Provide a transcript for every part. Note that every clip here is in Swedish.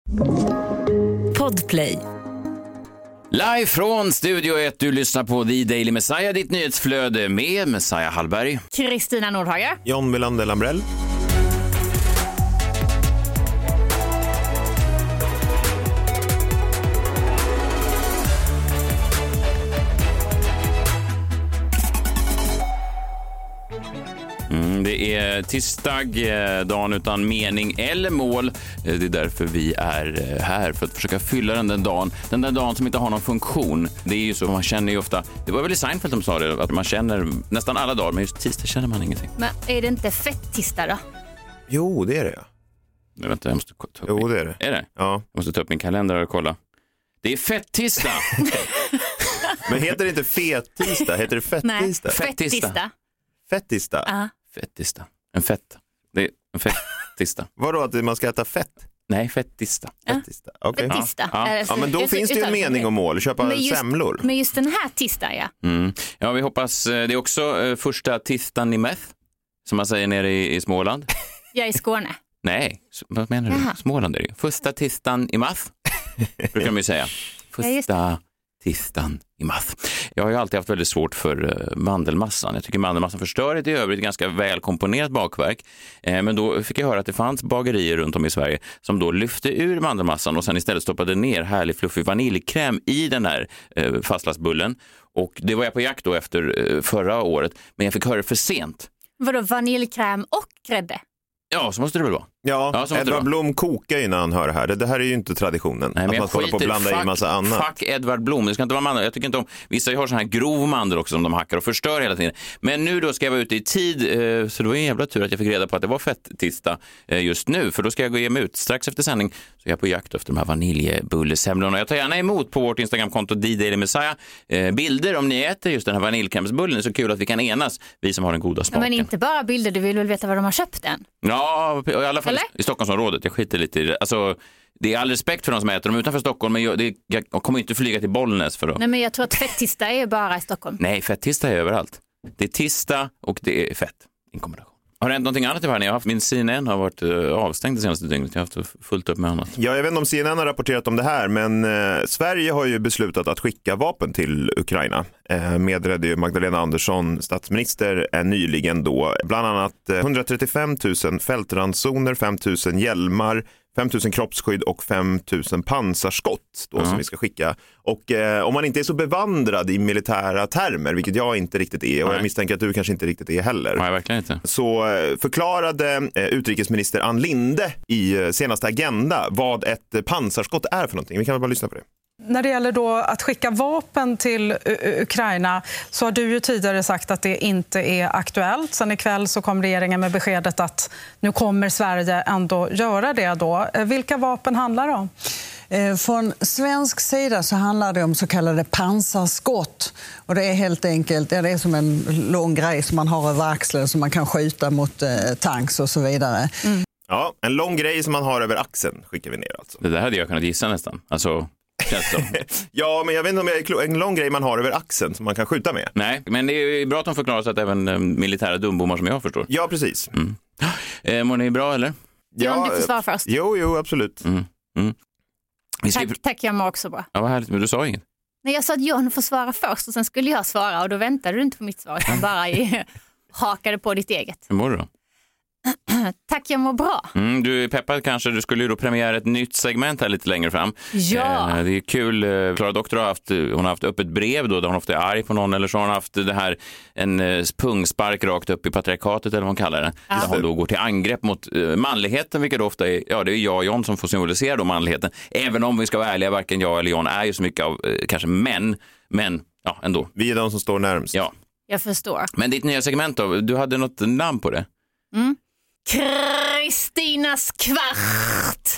Podplay. Live från Studio 1, du lyssnar på The Daily Messiah, ditt nyhetsflöde med Messiah Hallberg, Kristina Nordhage, John Melander Lambrell. Det är tisdag, dagen utan mening eller mål. Det är därför vi är här, för att försöka fylla den där dagen som inte har någon funktion. Det är ju så, man känner ju ofta, det var väl i Seinfeld som sa det, att man känner nästan alla dagar, men just tisdag känner man ingenting. men är det inte fett-tisdag då? Jo, det är det. Nej, vänta, jag måste ta upp Jo, det är det. Är det? Ja. Jag måste ta upp min kalender och kolla. Det är fett-tisdag! Men heter det inte fet-tisdag? Heter det fett-tisdag? Nej, fett-tisdag. Fett-tisdag? Ja. Fett-tisdag. En fett. Det är en fett-tisdag. Vadå, att man ska äta fett? Nej, fett-tisdag. Fett-tisdag, okej. Fett-tisdag. Ja. Ja, men då finns det ju en mening och mål. Köpa semlor. Men just den här tisdagen, ja. Ja, vi hoppas. Det är också första tisdagen i Meth, som man säger nere i Småland. Jag är i Skåne. Nej, vad menar du? Jaha. Småland är det ju. Första tisdagen i Meth, brukar de ju säga. Första tisdagen i Meth. Jag har ju alltid haft väldigt svårt för mandelmassan. Jag tycker mandelmassan förstör ett i övrigt ganska välkomponerat bakverk. Men då fick jag höra att det fanns bagerier runt om i Sverige som då lyfte ur mandelmassan och sen istället stoppade ner härlig fluffig vaniljkräm i den här fastlagsbullen. Och det var jag på jakt då efter förra året, men jag fick höra det för sent. Vadå, vaniljkräm och grädde? Ja, så måste det väl vara. Ja, Edvard Blom kokar innan han hör det här. Det här är ju inte traditionen. Nej, att man ska hålla på och blanda i massa annat. Fuck Edvard Blom, det ska inte vara mandel. Jag tycker inte om, vissa har sån här grov mandel också som de hackar och förstör hela tiden. Men nu då ska jag vara ute i tid, så det var en jävla tur att jag fick reda på att det var fett-tisdag just nu. För då ska jag gå och ge mig ut. Strax efter sändning så är jag på jakt efter de här vaniljbullesemlorna. Jag tar gärna emot på vårt Instagramkonto The Daily Messiah bilder om ni äter just den här vaniljkrämsbullen. Det är så kul att vi kan enas, vi som har den goda smaken. Men inte bara bilder, du vill väl veta var de har köpt den? Ja, i alla fall i Stockholmsområdet. Jag skiter lite i det. Alltså, det är all respekt för de som äter dem utanför Stockholm, men jag kommer inte flyga till Bollnäs för då. Nej, men jag tror att fett-tisdag är bara i Stockholm. Nej, fett-tisdag är överallt. Det är tisdag och det är fett. En kombination. Har det hänt någonting annat i världen? Jag har haft min CNN har varit avstängd det senaste dygnet. Jag har haft fullt upp med annat. Ja, jag vet inte om CNN har rapporterat om det här, men Sverige har ju beslutat att skicka vapen till Ukraina. Meddelade ju Magdalena Andersson, statsminister, nyligen då. Bland annat 135 000 fältransoner, 5 000 hjälmar, 5 000 kroppsskydd och 5 000 pansarskott då, som vi ska skicka. Och om man inte är så bevandrad i militära termer, vilket jag inte riktigt är, och jag misstänker att du kanske inte riktigt är heller. Nej, verkligen inte. Så förklarade utrikesminister Ann Linde i senaste Agenda vad ett pansarskott är för någonting. Vi kan väl bara lyssna på det. När det gäller då att skicka vapen till Ukraina så har du ju tidigare sagt att det inte är aktuellt. Sen ikväll så kom regeringen med beskedet att nu kommer Sverige ändå göra det då. Vilka vapen handlar det om? Från svensk sida så handlar det om så kallade pansarskott. Och det är helt enkelt, det är som en lång grej som man har över axeln som man kan skjuta mot tanks och så vidare. Mm. Ja, en lång grej som man har över axeln skickar vi ner alltså. Det där hade jag kunnat gissa nästan. Alltså... Ja, men jag vet inte om jag är en lång grej man har över axeln som man kan skjuta med. Nej, men det är bra att de förklarar så att även militära dumbommar som jag förstår. Ja, precis. Mår ni bra eller? Ja, du får svara först. Jo, absolut. Tack, jag mår också bra. Ja, vad härligt, men du sa inget. Nej, jag sa att John får svara först och sen skulle jag svara och då väntade du inte på mitt svar utan bara hakade på ditt eget. Hur mår du då? Tack, jag mår bra. Du är peppad kanske, du skulle ju då premiera ett nytt segment här lite längre fram. Ja. Det är kul, Klara Doktor hon har haft öppet brev då, där hon ofta är arg på någon, eller så har hon haft det här, en pungspark rakt upp i patriarkatet eller vad hon kallar det. Där hon då går till angrepp mot manligheten, vilket ofta är, ja det är jag och John som får symbolisera då manligheten. Även om vi ska vara ärliga, varken jag eller John är ju så mycket av kanske män, men ja ändå. Vi är de som står närmst. Ja. Jag förstår. Men ditt nya segment då, du hade något namn på det? Kristinas kvart.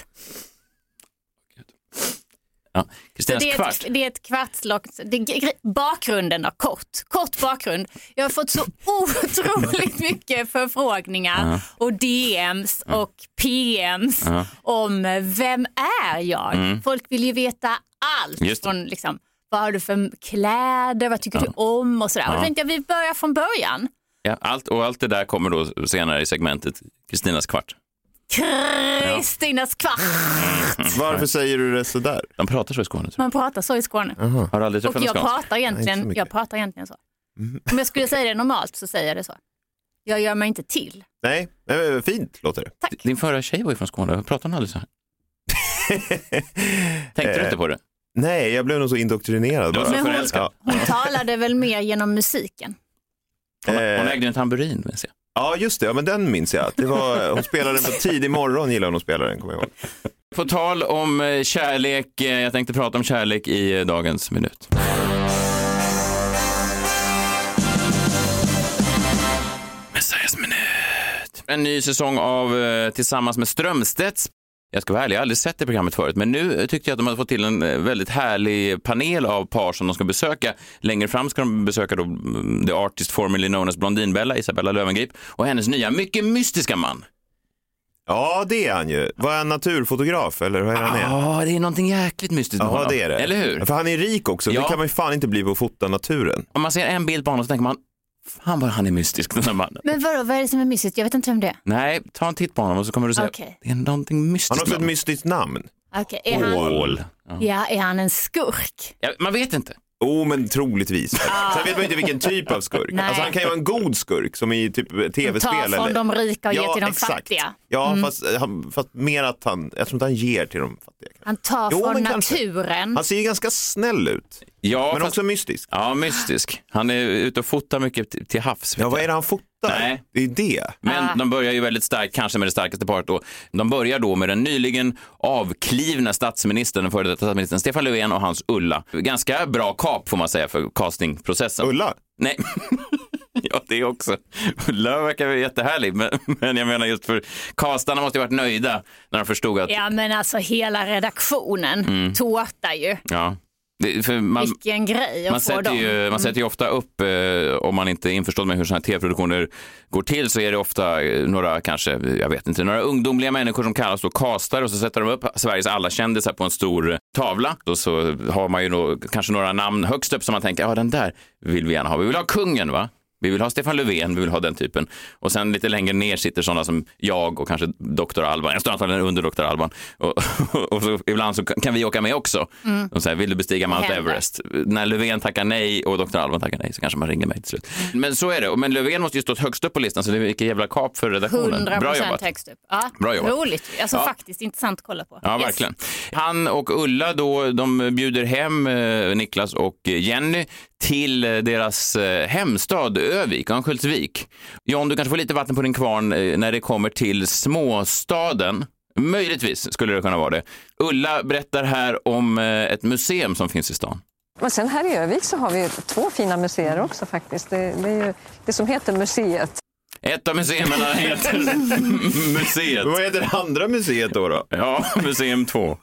Ja, Kristinas kvart. Det är ett kvartslock. Bakgrunden då, kort bakgrund. Jag har fått så otroligt mycket förfrågningar och DMs och PMs om vem är jag? Folk vill ju veta allt från liksom, vad har du för kläder, vad tycker du om och sådär. Och då tänkte jag vi börjar från början. Ja, allt det där kommer då senare i segmentet Kristinas kvart. Kristinas kvart. Varför säger du det så där? De pratar så i Skåne. Man pratar så i Skåne. Har du aldrig träffat Och någon skånsk? jag pratar egentligen så. Om jag skulle säga det normalt så säger jag det så. Jag gör mig inte till. Nej, fint låter det. Tack. Din förra tjej var ju från Skåne. Pratar hon aldrig så här? Tänkte du inte på det? Nej, jag blev nog så indoktrinerad. Du var så förälskad. Hon talade väl mer genom musiken. Hon ägde en tamburin, minns jag. Ja, just det. Ja, men den minns jag. Hon spelade den på tidig morgon, gillar hon att spela den, kommer jag ihåg. På tal om kärlek, jag tänkte prata om kärlek i dagens minut. Messiahs minut. En ny säsong av Tillsammans med Strömstedts. Jag ska vara ärlig, jag har aldrig sett det programmet förut, men nu tyckte jag att de hade fått till en väldigt härlig panel av par som de ska besöka. Längre fram ska de besöka då the artist formerly known as Blondinbella, Isabella Löwengrip, och hennes nya, mycket mystiska man. Ja, det är han ju. Var han naturfotograf, eller vad är han? Ja, det är någonting jäkligt mystiskt med honom. Det är det. Eller hur? För han är rik också, det kan man ju fan inte bli på att fota naturen. Om man ser en bild på honom så tänker man, fan vad han är mystisk, den här mannen. Men vad är det som är mystiskt? Jag vet inte vem det är. Nej, ta en titt på honom och så kommer du säga, det är någonting mystiskt. Han har också ett mystiskt namn. Är han... är han en skurk? Ja, man vet inte. Men troligtvis. Sen vet man inte vilken typ av skurk. Alltså han kan ju vara en god skurk som i typ tv-spel. Ta från de rika och ger till de fattiga. Ja, fast mer att jag tror inte han ger till de fattiga. Han tar från naturen. Kanske. Han ser ju ganska snäll ut. Ja, men också mystisk. Ja, mystisk. Han är ute och fotar mycket till havs. Ja, vad är det han fotar? Nej. Det är det. Men de börjar ju väldigt starkt, kanske med det starkaste paret då. De börjar då med den nyligen avklivna statsministern, den före detta statsministern Stefan Löfven och hans Ulla. Ganska bra kap får man säga för castingprocessen. Ulla? Nej. Ja, det också. Ulla verkar jättehärlig, men jag menar just för castarna måste ju varit nöjda när de förstod att... Ja, men alltså hela redaktionen tårtar ju. Ja. Vilken grej att få dem. Man sätter ju ofta upp, om man inte är införstådd med hur sådana här tv-produktioner går till, så är det ofta några, kanske, jag vet inte, några ungdomliga människor som kallas då castar, och så sätter de upp Sveriges alla kändisar på en stor tavla. Och så har man ju då kanske några namn högst upp som man tänker, den där vill vi gärna ha. Vi vill ha kungen, va? Vi vill ha Stefan Löfven, vi vill ha den typen. Och sen lite längre ner sitter sådana som jag och kanske Dr. Alban. Jag står antagligen under Dr. Alban. Och så ibland så kan vi åka med också. Och så här, vill du bestiga Mount Everest? När Löfven tackar nej och Dr. Alban tackar nej så kanske man ringer mig till slut. Men så är det. Men Löfven måste ju stå högst upp på listan, så det är vilket jävla kap för redaktionen. 100% Bra jobbat. högst upp. Ja, bra jobbat. Roligt. Alltså faktiskt intressant att kolla på. Ja, verkligen. Han och Ulla då, de bjuder hem Niklas och Jenny till deras hemstad Övik, Örnsköldsvik. John, du kanske får lite vatten på din kvarn när det kommer till småstaden. Möjligtvis skulle det kunna vara det. Ulla berättar här om ett museum som finns i stan. Men sen här i Övik så har vi 2 fina museer också faktiskt. Det är ju det som heter museet. Ett av museerna heter Museet. Vad heter det andra museet då? Ja, Museum 2.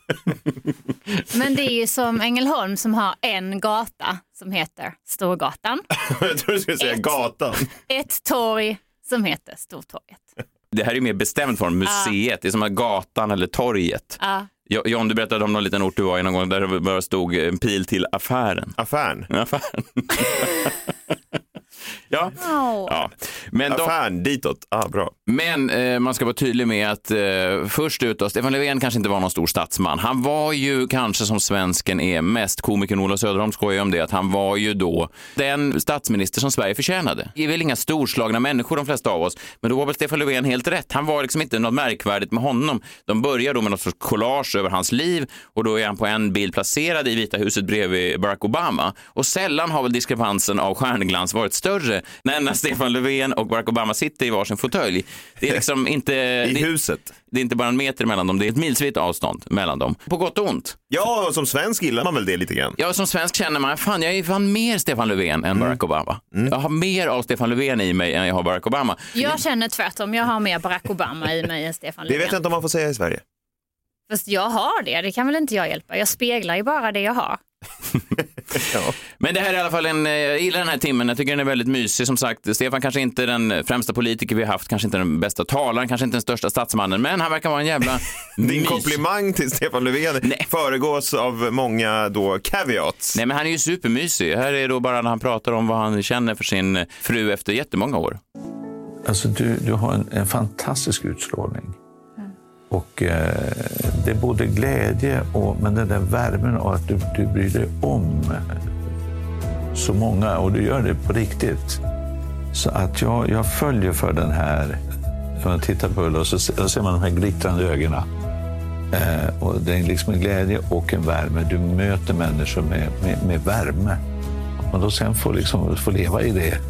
Men det är ju som Ängelholm som har en gata som heter Storgatan. Jag tror du skulle säga gatan. Ett torg som heter Stortorget. Det här är mer bestämt form, museet. Det är som gatan eller torget. John, du berättade om någon liten ort du var i någon gång där det bara stod en pil till affären. Affären? Ja. Ja. Men affären ditåt, bra. Men man ska vara tydlig med att först ut då, Stefan Löfven kanske inte var någon stor statsman. Han var ju kanske, som svensken är mest, komikern Ola Söderholm skojar om det, att han var ju då den statsminister som Sverige förtjänade. Det är väl inga storslagna människor de flesta av oss, men då var väl Stefan Löfven helt rätt. Han var liksom inte något märkvärdigt med honom. De börjar då med något sorts collage över hans liv, och då är han på en bild placerad i Vita huset bredvid Barack Obama. Och sällan har väl diskrepansen av stjärnglans varit större när Stefan Löfven och Barack Obama sitter i varsin fåtölj. Det är liksom inte... I huset. Det är inte bara en meter mellan dem, det är ett milsvitt avstånd mellan dem. På gott och ont. Ja, och som svensk gillar man väl det lite grann. Ja, som svensk känner man, jag är fan mer Stefan Löfven än Barack Obama. Jag har mer av Stefan Löfven i mig än jag har Barack Obama. Jag känner tvärtom, jag har mer Barack Obama i mig än Stefan Löfven. Det vet jag inte om man får säga i Sverige. Fast jag har det kan väl inte jag hjälpa. Jag speglar ju bara det jag har. Ja. Men det här är i alla fall jag gillar den här timmen. Jag tycker den är väldigt mysig. Som sagt, Stefan kanske inte är den främsta politiker vi har haft, kanske inte den bästa talaren, kanske inte den största statsmannen, men han verkar vara en jävla Din komplimang till Stefan Löfven föregås av många då caveats. Nej, men han är ju supermysig. Här är då bara när han pratar om vad han känner för sin fru efter jättemånga år. Alltså du har en fantastisk utstrålning. Och det är både glädje men den där värmen och att du bryr dig om så många och du gör det på riktigt. Så att jag följer för den här, när man tittar på Ulla och så ser man de här glittrande ögonen. Och det är liksom en glädje och en värme. Du möter människor med värme. Och då sen får leva i det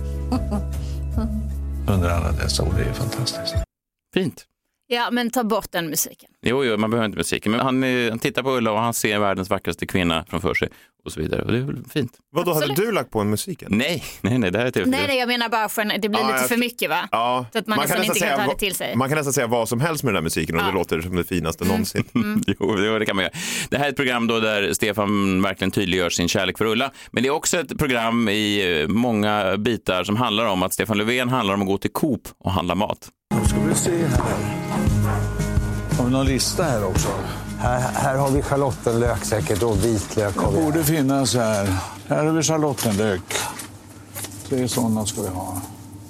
under alla dessa år. Det är fantastiskt. Fint. Ja, men ta bort den musiken. Jo, man behöver inte musiken. Men han tittar på Ulla och han ser världens vackraste kvinna framför sig och så vidare. Och det är väl fint. Vadå, hade du lagt på en musiken? Nej, det här är tillfället. Nej, jag menar bara det blir lite för mycket, va? Ja. Så att man nästan inte kan ta det till sig. Man kan nästan säga vad som helst med den här musiken och det låter som det finaste någonsin. Jo, det kan man göra. Det här är ett program då där Stefan verkligen tydliggör sin kärlek för Ulla. Men det är också ett program i många bitar som handlar om att Stefan Löfven handlar om att gå till Coop och handla mat. Nu ska vi se här. Har vi någon lista här också? Här har vi schalottenlök säkert och vitlök. Det borde finnas här. Här har vi schalottenlök. 3 sådana ska vi ha.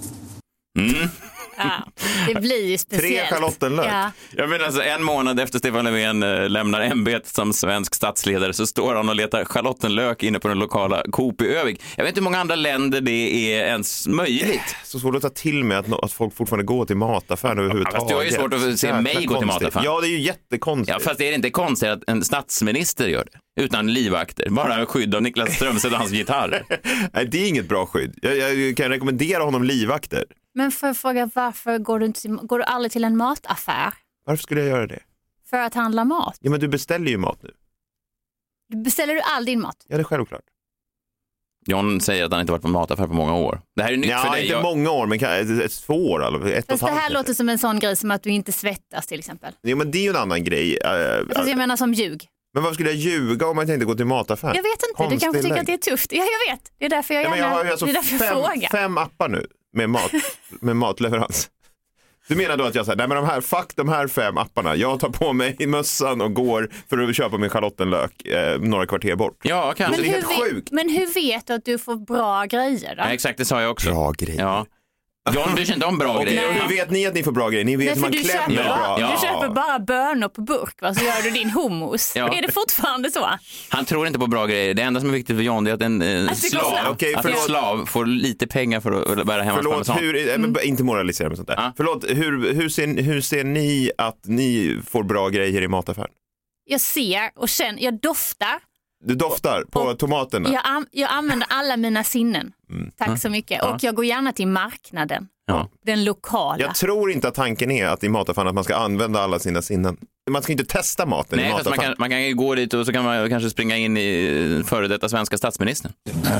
Ja, det blir ju speciellt. 3 schalottenlök. Ja. Jag menar alltså, en månad efter Stefan Löfven lämnar ämbetet som svensk statsledare så står han och letar schalottenlök inne på den lokala Coop i Övik. Jag vet inte hur många andra länder det är ens möjligt. Så svårt att ta till mig att folk fortfarande går till mataffären överhuvudtaget. Fast det är ju svårt att se mig gå till mataffären. Ja, det är ju jättekonstigt. Ja, fast det är inte konstigt att en statsminister gör det. Utan livvakter. Bara skydd av Niklas Strömstedt och hans gitarr. Nej, det är inget bra skydd. Jag kan rekommendera honom livvakter. Men för att fråga, varför går du aldrig till en mataffär? Varför skulle jag göra det? För att handla mat. Ja, men du beställer ju mat nu. Beställer du all din mat? Ja, det är självklart. John säger att han inte varit på mataffär på många år. Det här är nytt för dig. Inte många år, men 2 år eller 1,5 år. Fast det här låter som en sån grej som att du inte svettas till exempel. Jo, men det är ju en annan grej. Fast jag menar som ljug. Men varför skulle jag ljuga om jag tänkte gå till mataffär? Jag vet inte, du kanske tycker att det är tufft. Ja, jag vet. Det är därför jag frågar. 5 appar nu med matleverans. Du menar då att jag säger, nej men de här 5 apparna, jag tar på mig i mössan och går för att köpa min schalottenlök några kvarter bort. Ja, kanske. Det är helt sjukt. Men hur vet du att du får bra grejer då? Ja, exakt, det sa jag också. Bra grejer. Ja. John bryr sig inte om bra grejer. Och hur vet ni att ni får bra grejer? Ni vet hur man klämmer bra. Du köper bara bönor på burk, va? Så gör du din hummus. Ja. Är det fortfarande så? Han tror inte på bra grejer. Det enda som är viktigt för John är att en slav får lite pengar för att bära hem hans parmesan. Inte moralisera med sånt där. Ja. Förlåt, hur ser ni att ni får bra grejer i mataffären? Jag ser och känner, jag doftar. Du doftar på tomaterna? Jag använder alla mina sinnen. Tack så mycket. Och jag går gärna till marknaden. Ja. Den lokala. Jag tror inte att tanken är att i mataffären att man ska använda alla sina sinnen. Man ska inte testa maten i mataffären. Man kan ju gå dit och så kan man kanske springa in i före detta svenska statsministern.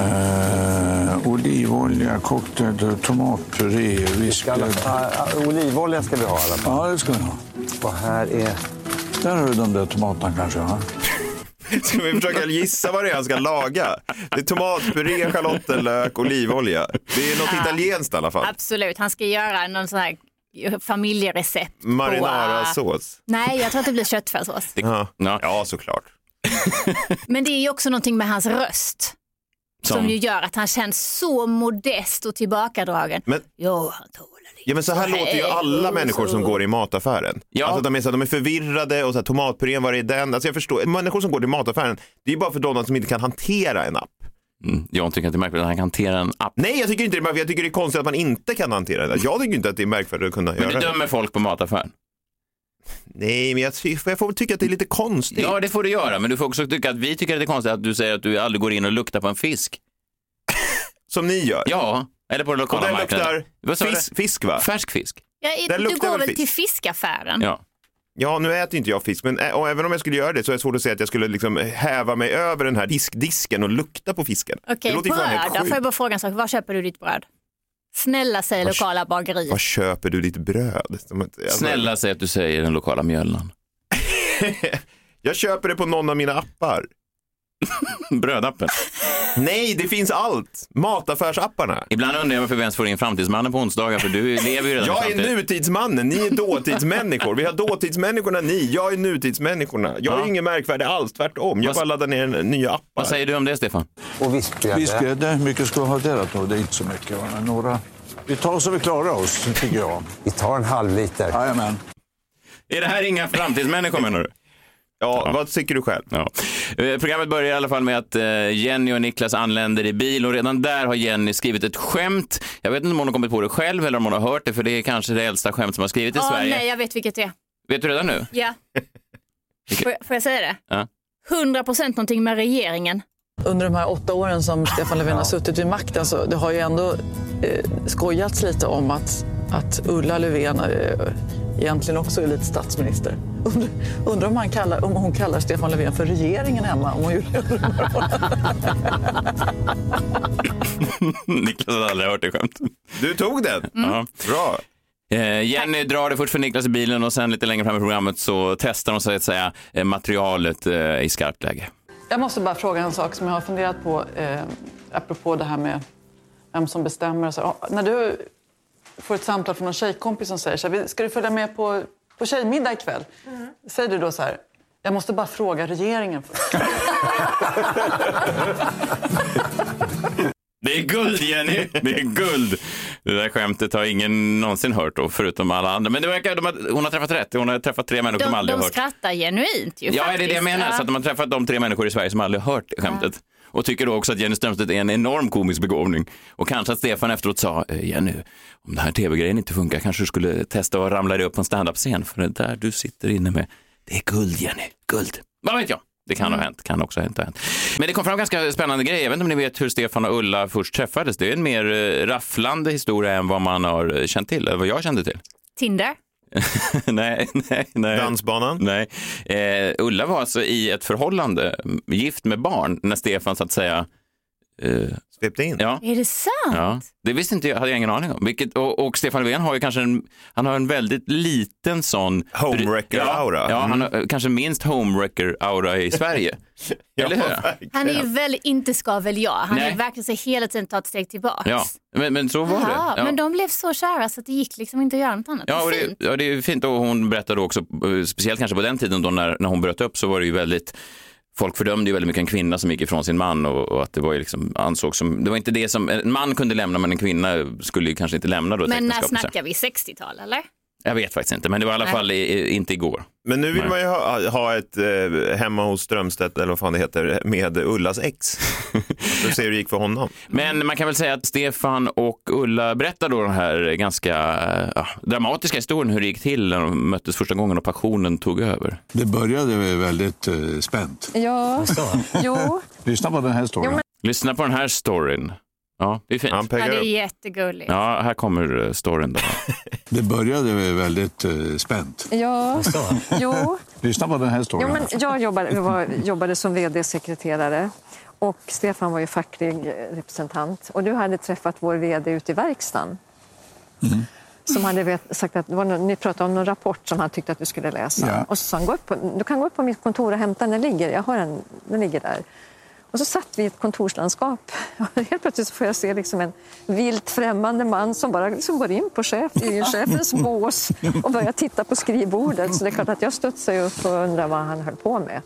Olivolja, cocktail, tomatpuré, whisky. Olivolja ska vi ha i alla fall. Ja, det ska vi ha. Och här är... Där har du de där tomaterna kanske, va? Ska vi försöka gissa vad det är han ska laga? Det är tomatpuré, schalottenlök, olivolja. Det är något italienskt i alla fall. Absolut, han ska göra någon sån här familjerecept. Marinara-sås. Nej, jag tror att det blir köttfärssås. Ja, såklart. Men det är ju också någonting med hans röst. Som ju gör att han känns så modest och tillbakadragen. Men... Ja, men så här låter ju alla människor som går i mataffären. Ja. Alltså de är förvirrade och så här, tomatpurén, var är den? Alltså jag förstår, människor som går i mataffären, det är ju bara för de som inte kan hantera en app. Jag tycker att det är märkligt att han kan hantera en app. Nej, jag tycker inte det. Jag tycker det är konstigt att man inte kan hantera det. Jag tycker inte att det är märkligt att kunna göra det. Men du dömer folk på mataffären? Nej, men jag får tycka att det är lite konstigt. Ja, det får du göra. Men du får också tycka att vi tycker att det är konstigt att du säger att du aldrig går in och luktar på en fisk. Som ni gör? Ja, eller på den lokala marknaden. Luktar fisk, va? Färsk fisk. Ja, du går väl till fiskaffären? Ja, nu äter inte jag fisk, men även om jag skulle göra det så är det svårt att säga att jag skulle liksom häva mig över den här diskdisken och lukta på fisken. Okej, bröd. Får jag bara fråga en sak. Var köper du ditt bröd? Snälla, säg lokala bageriet. Var köper du ditt bröd? Snälla, säg att du säger den lokala mjölnan. Jag köper det på någon av mina appar. Brödappen? Nej, det finns allt. Mataffärsapparna. Ibland undrar jag varför vi ens får in framtidsmannen på onsdagar, för du lever ju redan. Jag är nutidsmannen, ni är dåtidsmänniskor. Vi har dåtidsmänniskorna, jag är nutidsmänniskorna. Jag är ingen märkvärdig alls, tvärtom. Jag bara laddar ner nya appar. Vad säger du om det, Stefan? Och vispgrädde, mycket ska vi ha det då? Det är inte så mycket. Några... Vi tar så vi klarar oss, tycker jag. Vi tar en halv liter. Jajamän. Är det här inga framtidsmänniskor menar du? Ja, vad tycker du själv? Ja. Programmet börjar i alla fall med att Jenny och Niklas anländer i bil och redan där har Jenny skrivit ett skämt. Jag vet inte om hon har kommit på det själv eller om hon har hört det, för det är kanske det äldsta skämt som har skrivit i Sverige. Nej, jag vet vilket det är. Vet du redan nu? Ja. Får jag säga det? Ja. 100% någonting med regeringen. Under de här 8 åren som Stefan Löfven har suttit vid makten så det har ju ändå skojats lite om att Ulla Löfven egentligen också är lite statsminister. Undrar om hon kallar Stefan Löfven för regeringen hemma. Om hon Niklas har aldrig hört det skämt. Du tog den? Ja. Bra. Jenny drar det först för Niklas i bilen och sen lite längre fram i programmet så testar de så att säga materialet i skarpt läge. Jag måste bara fråga en sak som jag har funderat på apropå det här med vem som bestämmer. Så, när du får ett samtal från en tjejkompis som säger så här, ska du följa med på tjejmiddag ikväll? Säger du då så här, jag måste bara fråga regeringen först. Det är guld, Jenny. Det är guld. Det där skämtet har ingen någonsin hört då, förutom alla andra. Men det verkar, hon har träffat rätt. Hon har träffat 3 människor som aldrig har hört. De skrattar genuint ju Ja, faktiskt. det är det jag menar. Så att de har träffat de 3 människor i Sverige som aldrig har hört skämtet. Och tycker då också att Jenny Strömstedt är en enorm komisk begåvning. Och kanske att Stefan efteråt sa, Jenny, om den här tv-grejen inte funkar kanske du skulle testa att ramla dig upp på en stand-up-scen. För det där du sitter inne med, det är guld, Jenny. Guld. Vad vet jag? Det kan ha hänt, kan också ha hänt. Men det kom fram ganska spännande grejer. Jag vet inte om ni vet hur Stefan och Ulla först träffades. Det är en mer rafflande historia än vad man har känt till, eller vad jag kände till. Tinder? nej. Dansbanan? Nej. Ulla var alltså i ett förhållande, gift med barn, när Stefan så att säga svepte in. Ja. Är det sant? Ja. Det visste inte jag, hade jag ingen aning om. Och Stefan Löfven har ju kanske en väldigt liten sån homewrecker-aura. Ja, han har kanske minst homewrecker-aura i Sverige. Eller hur? Han är ju väldigt inte ska väl jag. Han är verkligen så hela tiden ta ett steg tillbaka. Ja, men så var det. Ja. Men de blev så kära så att det gick liksom inte att göra något annat. Ja, det är fint. Och hon berättade också, speciellt kanske på den tiden då när hon bröt upp, så var det ju väldigt... Folk fördömde ju väldigt mycket en kvinna som gick ifrån sin man och att det var ju liksom ansågs som, det var inte det som en man kunde lämna, men en kvinna skulle ju kanske inte lämna då. Men när snackar vi 60-tal eller? Jag vet faktiskt inte, men det var i alla fall inte igår. Men nu vill man ju ha ett hemma hos Strömstedt eller vad fan det heter med Ullas ex. Du ser hur det gick för honom. Men man kan väl säga att Stefan och Ulla berättar då den här ganska dramatiska historien hur det gick till när de möttes första gången och passionen tog över. Det började väldigt spänt. Ja, jo. Lyssna på den här storyn. Lyssna på den här storyn. Ja, det är fint. Ja, det är jättegulligt. Ja, här kommer storyn då. Det började väldigt spänt. Ja, jo. Lyssna på den här storyn. Jo, men jag jobbade som vd-sekreterare och Stefan var ju facklig representant. Och du hade träffat vår vd ute i verkstaden. Mm. Som hade sagt att ni pratade om någon rapport som han tyckte att du skulle läsa. Ja. Och så sa han, du kan gå upp på mitt kontor och hämta den. Den ligger där. Och så satt vi i ett kontorslandskap. Helt plötsligt så får jag se liksom en vilt främmande man som bara liksom går in på chefens bås och börjar titta på skrivbordet. Så det är klart att jag studsade upp och undrade vad han höll på med.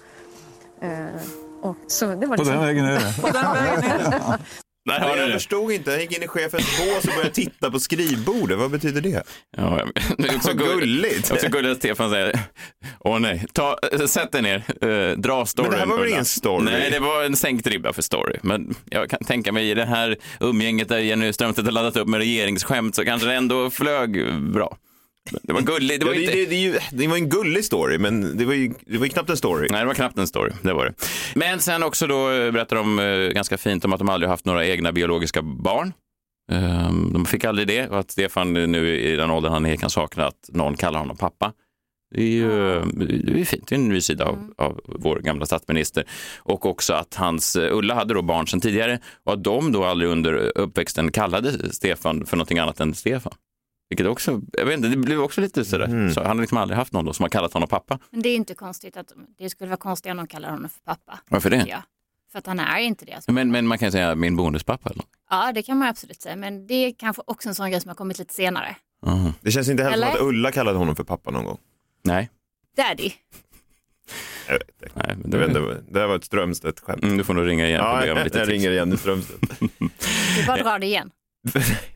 Och så det var på den vägen är det. På den vägen är det. Nej, jag förstod inte. Han gick in i chefens bås och började titta på skrivbordet. Vad betyder det? Ja, det är också gulligt. Det är också gulligt att Stefan säger, nej, sätt dig ner, dra storyn. Men det här var väl ingen story? Nej, det var en sänkt ribba för story. Men jag kan tänka mig i det här umgänget där Jenny Strömstedt har laddat upp med regeringsskämt så kanske det ändå flög bra. Det var gulligt. Det var en gullig story, men det var ju knappt en story. Nej, det var knappt en story, det var det. Men sen också då berättar de ganska fint om att de aldrig haft några egna biologiska barn. De fick aldrig det och att Stefan nu i den åldern han är kan sakna att någon kallar honom pappa. Det är fint, det är en ny sida av vår gamla statsminister. Och också att Ulla hade då barn sedan tidigare och att de då aldrig under uppväxten kallade Stefan för någonting annat än Stefan. Vilket också, jag vet inte, det blev också lite sådär. Så han har liksom aldrig haft någon då som har kallat honom pappa. Men det är inte konstigt att det skulle vara konstigt om de kallar honom för pappa. Varför det? Ja, för att han är inte det. Men man kan säga min boendespappa eller? Ja, det kan man absolut säga. Men det är kanske också en sån grej som har kommit lite senare. Det känns inte heller som att Ulla kallade honom för pappa någon gång. Nej. Daddy. Jag vet inte. Nej, det var ett Strömstedt-skämt. Du får nog ringa igen. Ja, jag ringer igen i Strömstedt. Du bara drar det igen.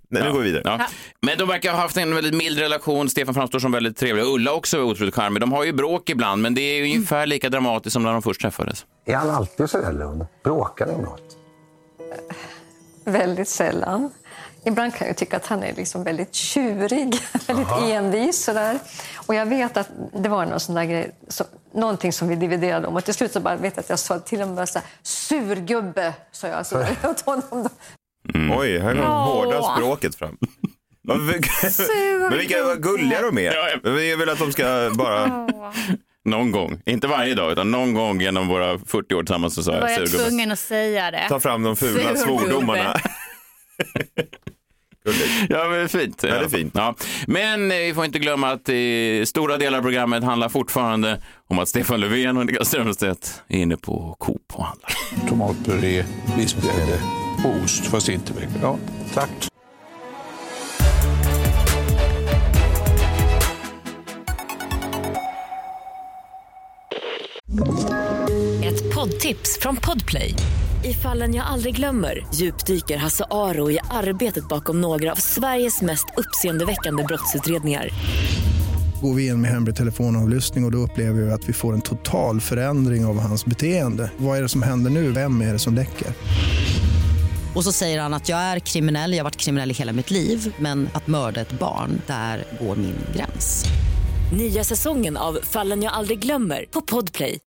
Nej, nu går vi vidare. Ja. Men de verkar ha haft en väldigt mild relation. Stefan framstår som väldigt trevlig. Ulla också är otroligt charmig. De har ju bråk ibland, men det är ju ungefär lika dramatiskt som när de först träffades. Är han alltid så där lugn? Bråkar ni något? Väldigt sällan. Ibland kan jag tycka att han är liksom väldigt tjurig, väldigt envis sådär. Och jag vet att det var någon sån där grej, någonting som vi dividerade om. Och till slut så bara vet jag att jag sa till och med så här, surgubbe, sa jag sådär åt honom då. Oj, här kom hårda språket fram. Men vilka gulliga de är. Vi vill att de ska bara... Någon gång, inte varje dag utan någon gång genom våra 40 år tillsammans så sa jag surgubbe. Var jag tvungen att säga det. Ta fram de fula svordomarna. Ja, men fint. Ja, det är fint. Ja. Men vi får inte glömma att stora delar av programmet handlar fortfarande om att Stefan Löfven och Niklas Strömstedt är inne på Coop och handlar. Tomatpuré, vispgrädde och ost, fast inte mycket. Ja, tack. Ett poddtips från Podplay. I Fallen jag aldrig glömmer djupdyker Hasse Aro i arbetet bakom några av Sveriges mest uppseendeväckande brottsutredningar. Går vi in med hemlig telefonavlyssning och då upplever vi att vi får en total förändring av hans beteende. Vad är det som händer nu? Vem är det som läcker? Och så säger han att jag är kriminell, jag har varit kriminell i hela mitt liv. Men att mörda ett barn, där går min gräns. Nya säsongen av Fallen jag aldrig glömmer på Podplay.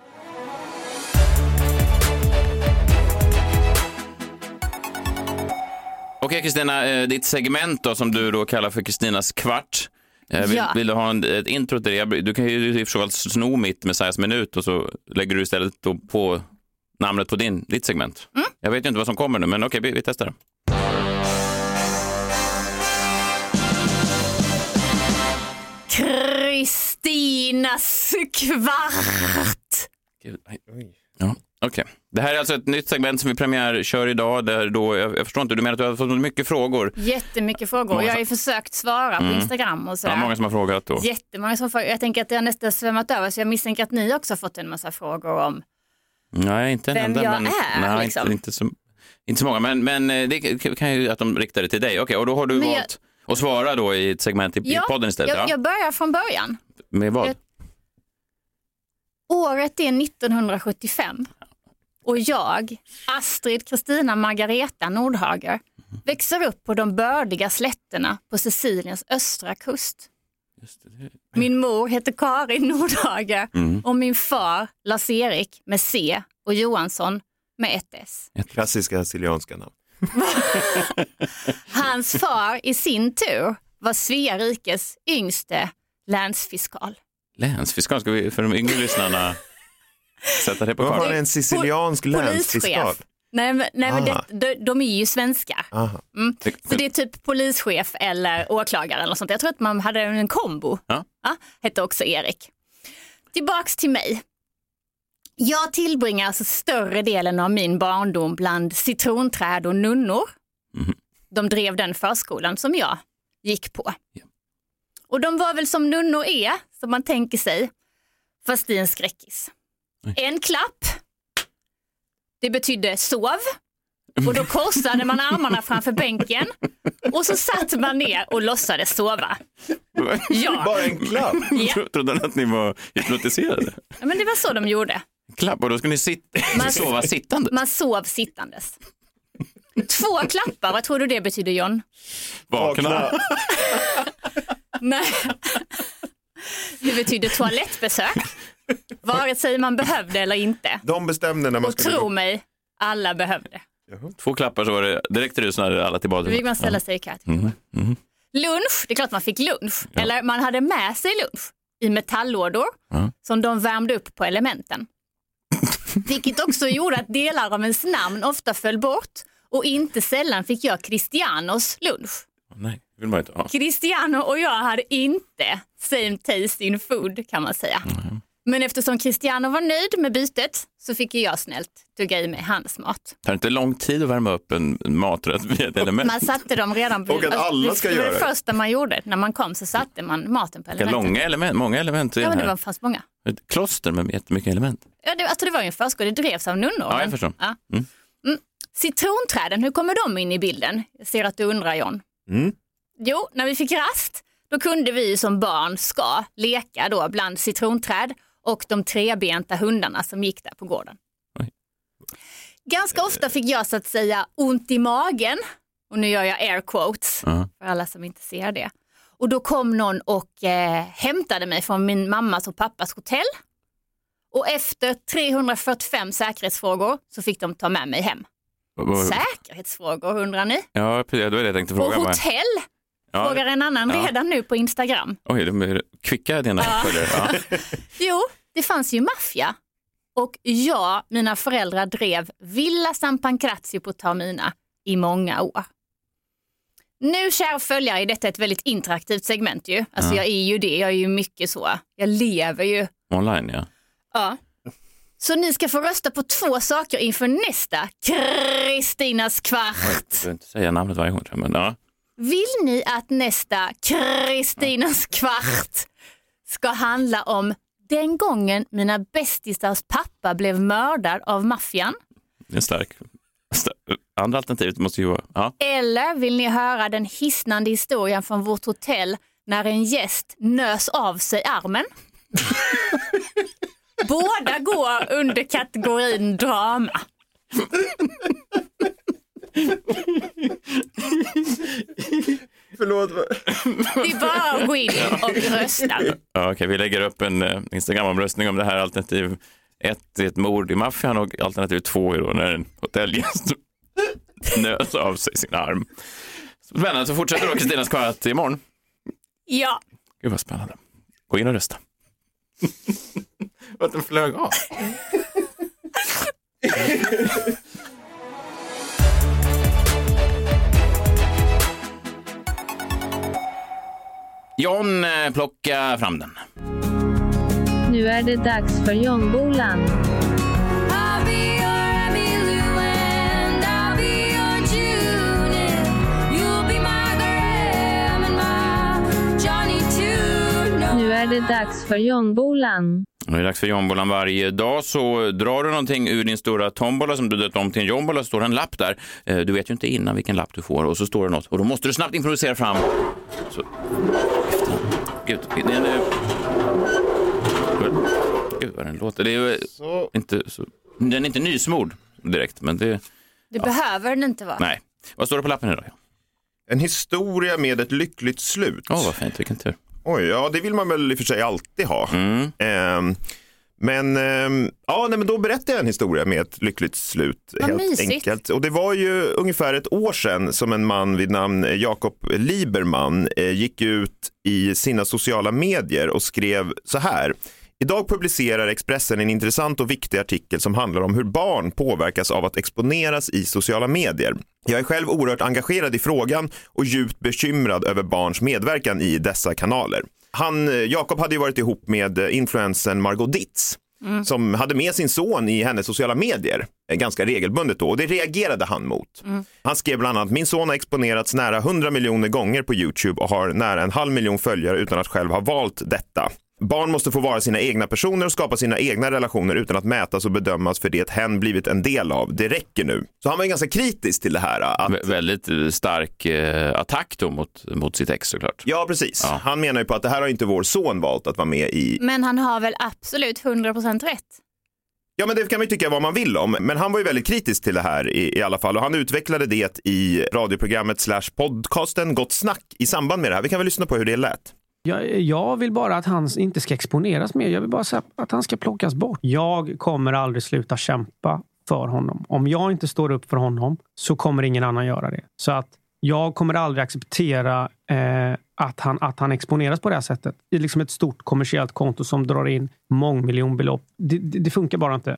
Okej, Kristina, ditt segment då, som du då kallar för Kristinas kvart. Vill du ha ett intro till det? Du kan ju i så fall sno mitt Messiahs minut och så lägger du istället då på namnet på ditt segment. Jag vet ju inte vad som kommer nu, men okej, vi testar det. Kristinas kvart. Ja, okej. Det här är alltså ett nytt segment som vi premiärkör idag. Där då, jag förstår inte, du menar att du har fått mycket frågor? Jättemycket frågor. Jag har ju försökt svara på Instagram och sådär. Ja, många som har frågat då. Jättemånga som har frågat. Jag tänker att det har nästan svämmat över, så jag misstänker att ni också har fått en massa frågor om nej, inte vem enda, jag men, är. Nej, liksom. inte så många, men det kan ju att de riktar det till dig. Okej, och då har du valt att svara då i ett segment i podden istället. Jag börjar från början. Med vad? Året är 1975 och jag, Astrid Kristina Margareta Nordhager, växer upp på de bördiga slätterna på Siciliens östra kust. Just det. Min mor heter Karin Nordhager och min far Lars-Erik med C och Johansson med ett S. Ett klassiska sicilianska namn. Hans far i sin tur var Svea rikes yngste länsfiskal. Länsfiskal, ska vi för de yngre lyssnarna sätta det på kartan? Vad var det, en siciliansk länsfiskal? Nej, men de är ju svenskar. Så det är typ polischef eller åklagare eller sånt. Jag tror att man hade en kombo. Ja, hette också Erik. Tillbaks till mig. Jag tillbringar alltså större delen av min barndom bland citronträd och nunnor. De drev den förskolan som jag gick på. Och de var väl som nunnor är, som man tänker sig, fast i en skräckis. En klapp, det betydde sov. Och då korsade man armarna framför bänken och så satt man ner och låtsades sova. Ja. Bara en klapp? Ja. Trodde att ni var hypnotiserade? Ja, men det var så de gjorde. Klapp, och då ska ni sova sittande? Man sov sittandes. 2 klappar, vad tror du det betyder, John? Vakna. Nej. Det betyder toalettbesök. Vare sig man behövde eller inte. De bestämde när man skulle... Och tro mig, alla behövde. 2 klappar så var det direkt ut när alla tillbaka. Då fick man ställa sig i kö. Lunch, det är klart man fick lunch. Ja. Eller man hade med sig lunch i metalllådor som de värmde upp på Elementen. Vilket också gjorde att delar av ens namn ofta föll bort. Och inte sällan fick jag Cristianos lunch. Nej, vill man inte ha. Cristiano och jag hade inte same taste in food, kan man säga. Men eftersom Cristiano var nöjd med bytet så fick jag snällt tugga i mig hans mat. Det tar inte lång tid att värma upp en maträtt via ett element. Man satte dem redan på... Och att alla ska göra det. Det första man gjorde. När man kom så satte man maten på elementen. Långa element, många element. Ja, men det fanns många. Ett kloster med jättemycket element. Ja, det var ju en förskola, det drevs av nunnor. Ja, jag förstår. Ja. Citronträden, hur kommer de in i bilden? Jag ser att du undrar, John. Jo, när vi fick rast, då kunde vi som barn leka då bland citronträd och de trebenta hundarna som gick där på gården. Oj. Ganska ofta fick jag så att säga ont i magen. Och nu gör jag air quotes för alla som inte ser det. Och då kom någon och hämtade mig från min mammas och pappas hotell. Och efter 345 säkerhetsfrågor så fick de ta med mig hem. Säkerhetsfrågor undrar ni? Ja, det var det jag tänkte fråga. På hotell? Frågar en annan redan nu på Instagram. Oj, de är kvicka dina följare. Ja. Jo, det fanns ju maffia. Och mina föräldrar drev Villa San Pancrazio på Taormina i många år. Nu, kära följare, är detta ett väldigt interaktivt segment ju. Alltså jag är ju det, jag är ju mycket så. Jag lever ju. Online, ja. Ja. Så ni ska få rösta på 2 saker inför nästa Kristinas kvart. Jag behöver inte säga namnet varje gång, men ja. Vill ni att nästa Kristinas kvart ska handla om den gången mina bästisars pappa blev mördad av maffian? Det är stark. Andra alternativet måste ju vara... Ja. Eller vill ni höra den hisnande historien från vårt hotell när en gäst nös av sig armen? Båda går under kategorin drama. Förlåt. Det är bara att gå in och rösta. Ja, okej, vi lägger upp en Instagram-omröstning om det här. Alternativ 1 är ett mord i maffian och alternativ 2 är då när en hotellgäst nös av sig sin arm. Spännande, så fortsätter då Kristinas kvart imorgon. Ja. Gud vad spännande. Gå in och rösta. Vad den flög av. John, plocka fram den. Nu är det dags för John-bolan. Nu är det dags för John-bolan. Nu är det dags för John-bolan. Varje dag så drar du någonting ur din stora tombola som du döpt om till en John-bola, så står en lapp där. Du vet ju inte innan vilken lapp du får och så står det något. Och då måste du snabbt improvisera fram. Så. Gud, Gud vad den låter. Det är ju inte så... Den är inte nysmord direkt, men det... Det behöver den inte vara. Nej. Vad står det på lappen idag? En historia med ett lyckligt slut. Vad fint, vilken tur. Oj, ja, det vill man väl i och för sig alltid ha. Men då berättar jag en historia med ett lyckligt slut. Vad helt mysigt. Enkelt. Och det var ju ungefär ett år sedan som en man vid namn Jakob Lieberman gick ut i sina sociala medier och skrev så här: Idag publicerar Expressen en intressant och viktig artikel som handlar om hur barn påverkas av att exponeras i sociala medier. Jag är själv oerhört engagerad i frågan och djupt bekymrad över barns medverkan i dessa kanaler. Jakob hade ju varit ihop med influencern Margot Dietz som hade med sin son i hennes sociala medier ganska regelbundet då, och det reagerade han mot. Han skrev bland annat: Min son har exponerats nära 100 miljoner gånger på YouTube och har nära 500 000 följare utan att själv ha valt detta. Barn måste få vara sina egna personer och skapa sina egna relationer utan att mätas och bedömas för det hen blivit en del av. Det räcker nu. Så han var ganska kritisk till det här. Väldigt stark attack då mot sitt ex såklart. Ja, precis. Ja. Han menar ju på att det här har inte vår son valt att vara med i. Men han har väl absolut 100% rätt? Ja, men det kan man ju tycka vad man vill om. Men han var ju väldigt kritisk till det här i alla fall. Och han utvecklade det i radioprogrammet /podcasten Gott snack i samband med det här. Vi kan väl lyssna på hur det lät. Jag vill bara att han inte ska exponeras mer. Jag vill bara säga att han ska plockas bort. Jag kommer aldrig sluta kämpa för honom. Om jag inte står upp för honom så kommer ingen annan göra det. Så att jag kommer aldrig acceptera att han exponeras på det här sättet. Det är liksom ett stort kommersiellt konto som drar in mångmiljonbelopp. Det funkar bara inte.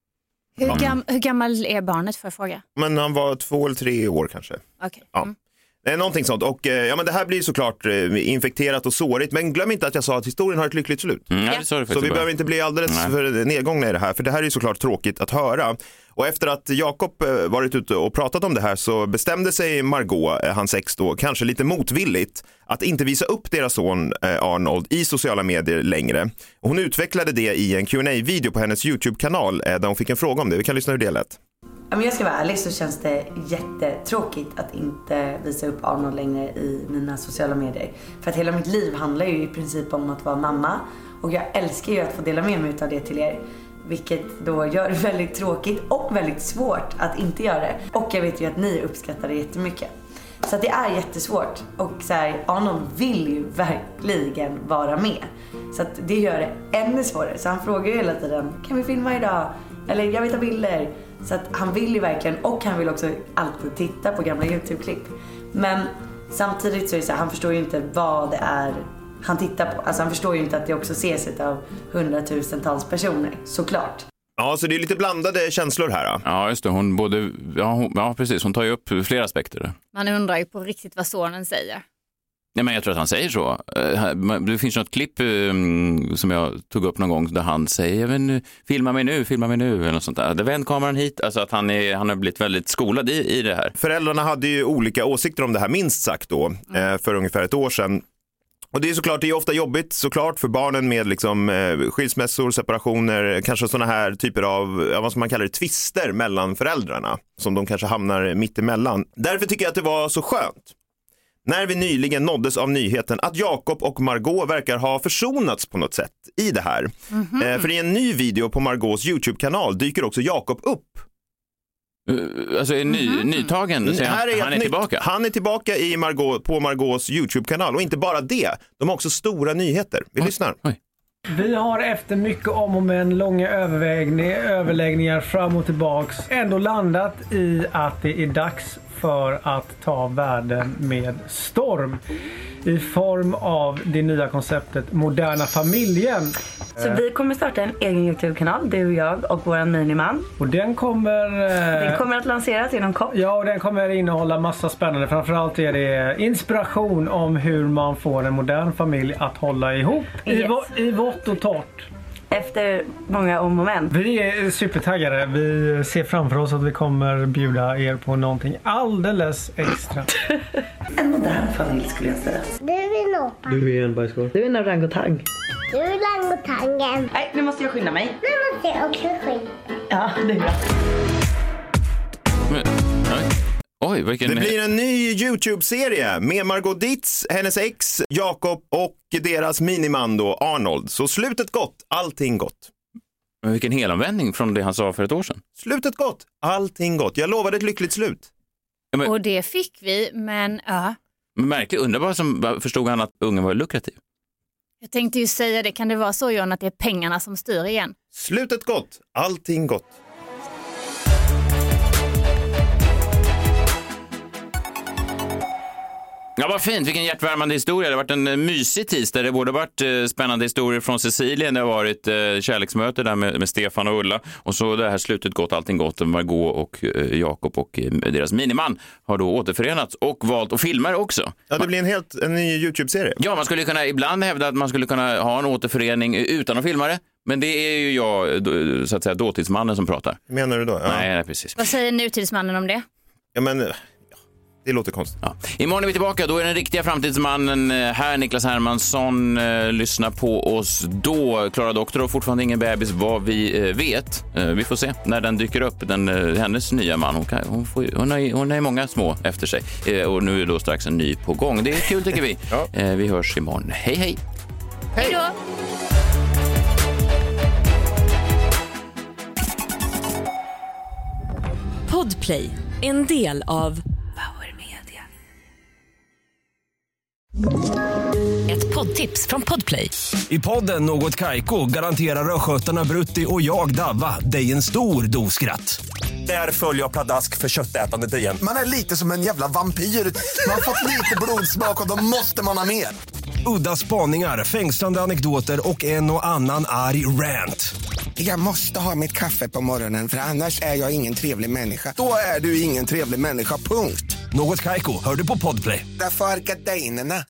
Hur gammal är barnet, för att fråga? Men han var 2 eller 3 år kanske. Okej. Ja. Någonting sånt. Och men det här blir såklart infekterat och sårigt. Men glöm inte att jag sa att historien har ett lyckligt slut. Så vi behöver inte bli alldeles för nedgångna i det här. För det här är såklart tråkigt att höra. Och efter att Jakob varit ute och pratat om det här så bestämde sig Margot, hans ex då, kanske lite motvilligt att inte visa upp deras son Arnold i sociala medier längre. Och hon utvecklade det i en Q&A-video på hennes YouTube-kanal där hon fick en fråga om det. Vi kan lyssna hur det lät. Men jag ska vara ärlig, så känns det jättetråkigt att inte visa upp Arnold längre i mina sociala medier. För att hela mitt liv handlar ju i princip om att vara mamma. Och jag älskar ju att få dela med mig av det till er. Vilket då gör det väldigt tråkigt och väldigt svårt att inte göra det. Och jag vet ju att ni uppskattar det jättemycket. Så att det är jättesvårt. Och så här, Arnold vill ju verkligen vara med. Så att det gör det ännu svårare. Så han frågar ju hela tiden, kan vi filma idag? Eller jag vill ta bilder. Så att han vill ju verkligen, och han vill också alltid titta på gamla YouTube-klipp. Men samtidigt så är det så här, han förstår ju inte vad det är han tittar på. Alltså han förstår ju inte att det också ses av 100,000-tals personer, såklart. Ja, så det är lite blandade känslor här. Då. Ja, just det. Ja, precis. Hon tar ju upp flera aspekter. Man undrar ju på riktigt vad sonen säger. Nej, men jag tror att han säger så. Det finns något klipp som jag tog upp någon gång där han säger, men filma mig nu eller något sånt där. Det vänd kameran hit. Alltså att han har blivit väldigt skolad i det här. Föräldrarna hade ju olika åsikter om det här, minst sagt då, för ungefär ett år sedan. Och det är såklart, det är ofta jobbigt såklart för barnen med liksom skilsmässor, separationer, kanske sådana här typer av, vad ska man kalla det, twister mellan föräldrarna som de kanske hamnar mitt emellan. Därför tycker jag att det var så skönt när vi nyligen nåddes av nyheten att Jakob och Margot verkar ha försonats på något sätt i det här. För i en ny video på Margots YouTube-kanal dyker också Jakob upp. Alltså är nytagen, han är tillbaka. Han är tillbaka på Margots YouTube-kanal, och inte bara det. De har också stora nyheter. Vi lyssnar. Vi har efter mycket om och men, långa överläggningar fram och tillbaks ändå landat i att det är dags för att ta världen med storm i form av det nya konceptet Moderna familjen. Så vi kommer starta en egen YouTube-kanal, du och jag och våran miniman. Och den kommer att lanseras inom kort. Ja, och den kommer innehålla massa spännande. Framförallt är det inspiration om hur man får en modern familj att hålla ihop i vått och torrt. Efter många om och men. Vi är supertaggade. Vi ser framför oss att vi kommer bjuda er på någonting alldeles extra. En modern familj skulle jag säga. Du är en apa. Du är en bajskorv. Du är en orangutang. Du är orangutangen. Nej, nu måste jag skynda mig. Nu måste jag också skynda. Ja, det är bra. Det blir en ny YouTube-serie med Margot Dietz, hennes ex, Jakob och deras miniman då, Arnold. Så slutet gott, allting gott. Men vilken helomvändning från det han sa för ett år sedan. Slutet gott, allting gott. Jag lovade ett lyckligt slut. Ja, och det fick vi, men ja. Men märkligt, undrar vad som förstod han att ungen var lukrativ. Jag tänkte ju säga det, kan det vara så, John, att det är pengarna som styr igen? Slutet gott, allting gott. Ja, vad fint. Vilken hjärtvärmande historia. Det har varit en mysig tisdag. Det har både varit spännande historier från Sicilien. Det har varit kärleksmöte där med Stefan och Ulla. Och så det här slutet gott, allting gott. Margot och Jakob och deras miniman har då återförenats och valt att filma också. Ja, det blir en ny YouTube-serie. Ja, man skulle kunna ibland hävda att man skulle kunna ha en återförening utan att filma det. Men det är ju jag, så att säga, dåtidsmannen som pratar. Menar du då? Ja. Nej, precis. Vad säger nutidsmannen om det? Ja, men... Det låter konstigt. Ja. Imorgon är vi tillbaka. Då är den riktiga framtidsmannen här, Niklas Hermansson. Lyssna på oss då. Klara Doktor har fortfarande ingen bebis, vad vi vet. Vi får se när den dyker upp. Hennes nya man. Hon har många små efter sig. Och nu är då strax en ny på gång. Det är kul, tycker vi. Ja. Vi hörs imorgon. Hej, hej. Hej då. Podplay, en del av ett poddtips från Podplay. I podden Något Kaiko garanterar röskötarna Brutti och jag Davva dig en stor doskratt. Där följer jag pladask för köttätandet igen. Man är lite som en jävla vampyr. Man har fått lite blodsmak och då måste man ha mer. Udda spaningar, fängslande anekdoter och en och annan arg rant. Jag måste ha mitt kaffe på morgonen för annars är jag ingen trevlig människa. Då är du ingen trevlig människa, punkt. Något Kaiko, hör du på Podplay. Därför är gardinerna.